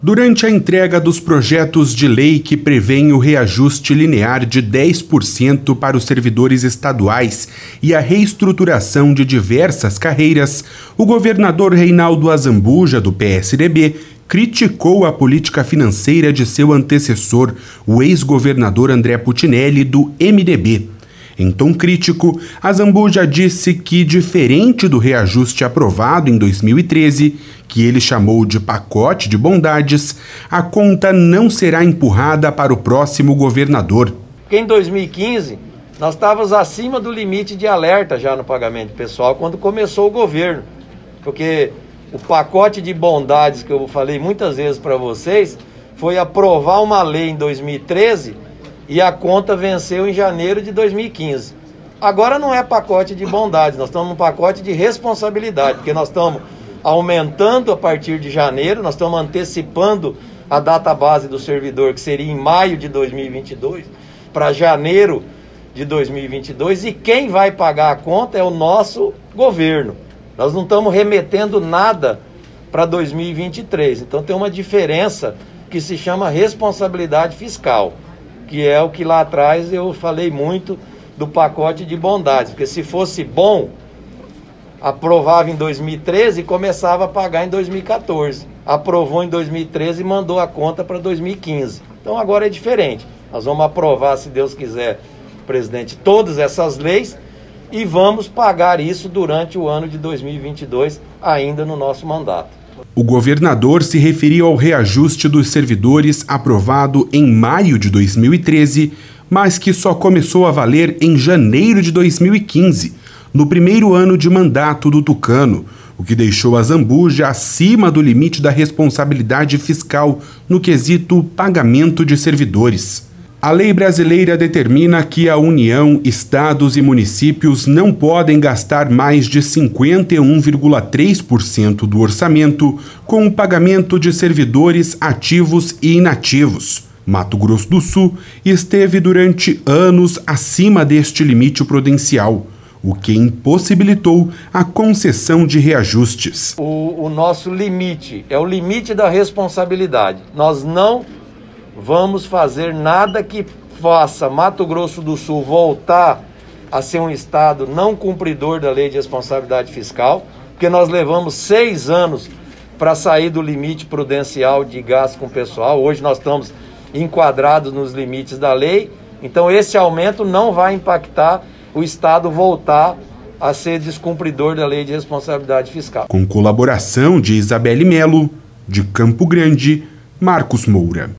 Durante a entrega dos projetos de lei que prevêem o reajuste linear de 10% para os servidores estaduais e a reestruturação de diversas carreiras, o governador Reinaldo Azambuja, do PSDB, criticou a política financeira de seu antecessor, o ex-governador André Putinelli, do MDB. Em tom crítico, Azambuja disse que, diferente do reajuste aprovado em 2013, que ele chamou de pacote de bondades, a conta não será empurrada para o próximo governador. Em 2015, nós estávamos acima do limite de alerta já no pagamento pessoal quando começou o governo, porque o pacote de bondades que eu falei muitas vezes para vocês foi aprovar uma lei em 2013 e a conta venceu em janeiro de 2015. Agora não é pacote de bondades, nós estamos num pacote de responsabilidade, porque nós estamos aumentando a partir de janeiro, nós estamos antecipando a data base do servidor, que seria em maio de 2022, para janeiro de 2022, e quem vai pagar a conta é o nosso governo. Nós não estamos remetendo nada para 2023, então tem uma diferença que se chama responsabilidade fiscal, que é o que lá atrás eu falei muito do pacote de bondades, porque se fosse bom, aprovava em 2013 e começava a pagar em 2014. Aprovou em 2013 e mandou a conta para 2015. Então agora é diferente. Nós vamos aprovar, se Deus quiser, presidente, todas essas leis e vamos pagar isso durante o ano de 2022, ainda no nosso mandato. O governador se referiu ao reajuste dos servidores aprovado em maio de 2013, mas que só começou a valer em janeiro de 2015, no primeiro ano de mandato do tucano, o que deixou Azambuja acima do limite da responsabilidade fiscal no quesito pagamento de servidores. A lei brasileira determina que a União, estados e municípios não podem gastar mais de 51,3% do orçamento com o pagamento de servidores ativos e inativos. Mato Grosso do Sul esteve durante anos acima deste limite prudencial, o que impossibilitou a concessão de reajustes. O nosso limite é o limite da responsabilidade. Nós não vamos fazer nada que faça Mato Grosso do Sul voltar a ser um estado não cumpridor da lei de responsabilidade fiscal, porque nós levamos 6 anos para sair do limite prudencial de gasto com pessoal. Hoje nós estamos enquadrados nos limites da lei, então esse aumento não vai impactar o estado voltar a ser descumpridor da lei de responsabilidade fiscal. Com colaboração de Isabelle Melo, de Campo Grande, Marcos Moura.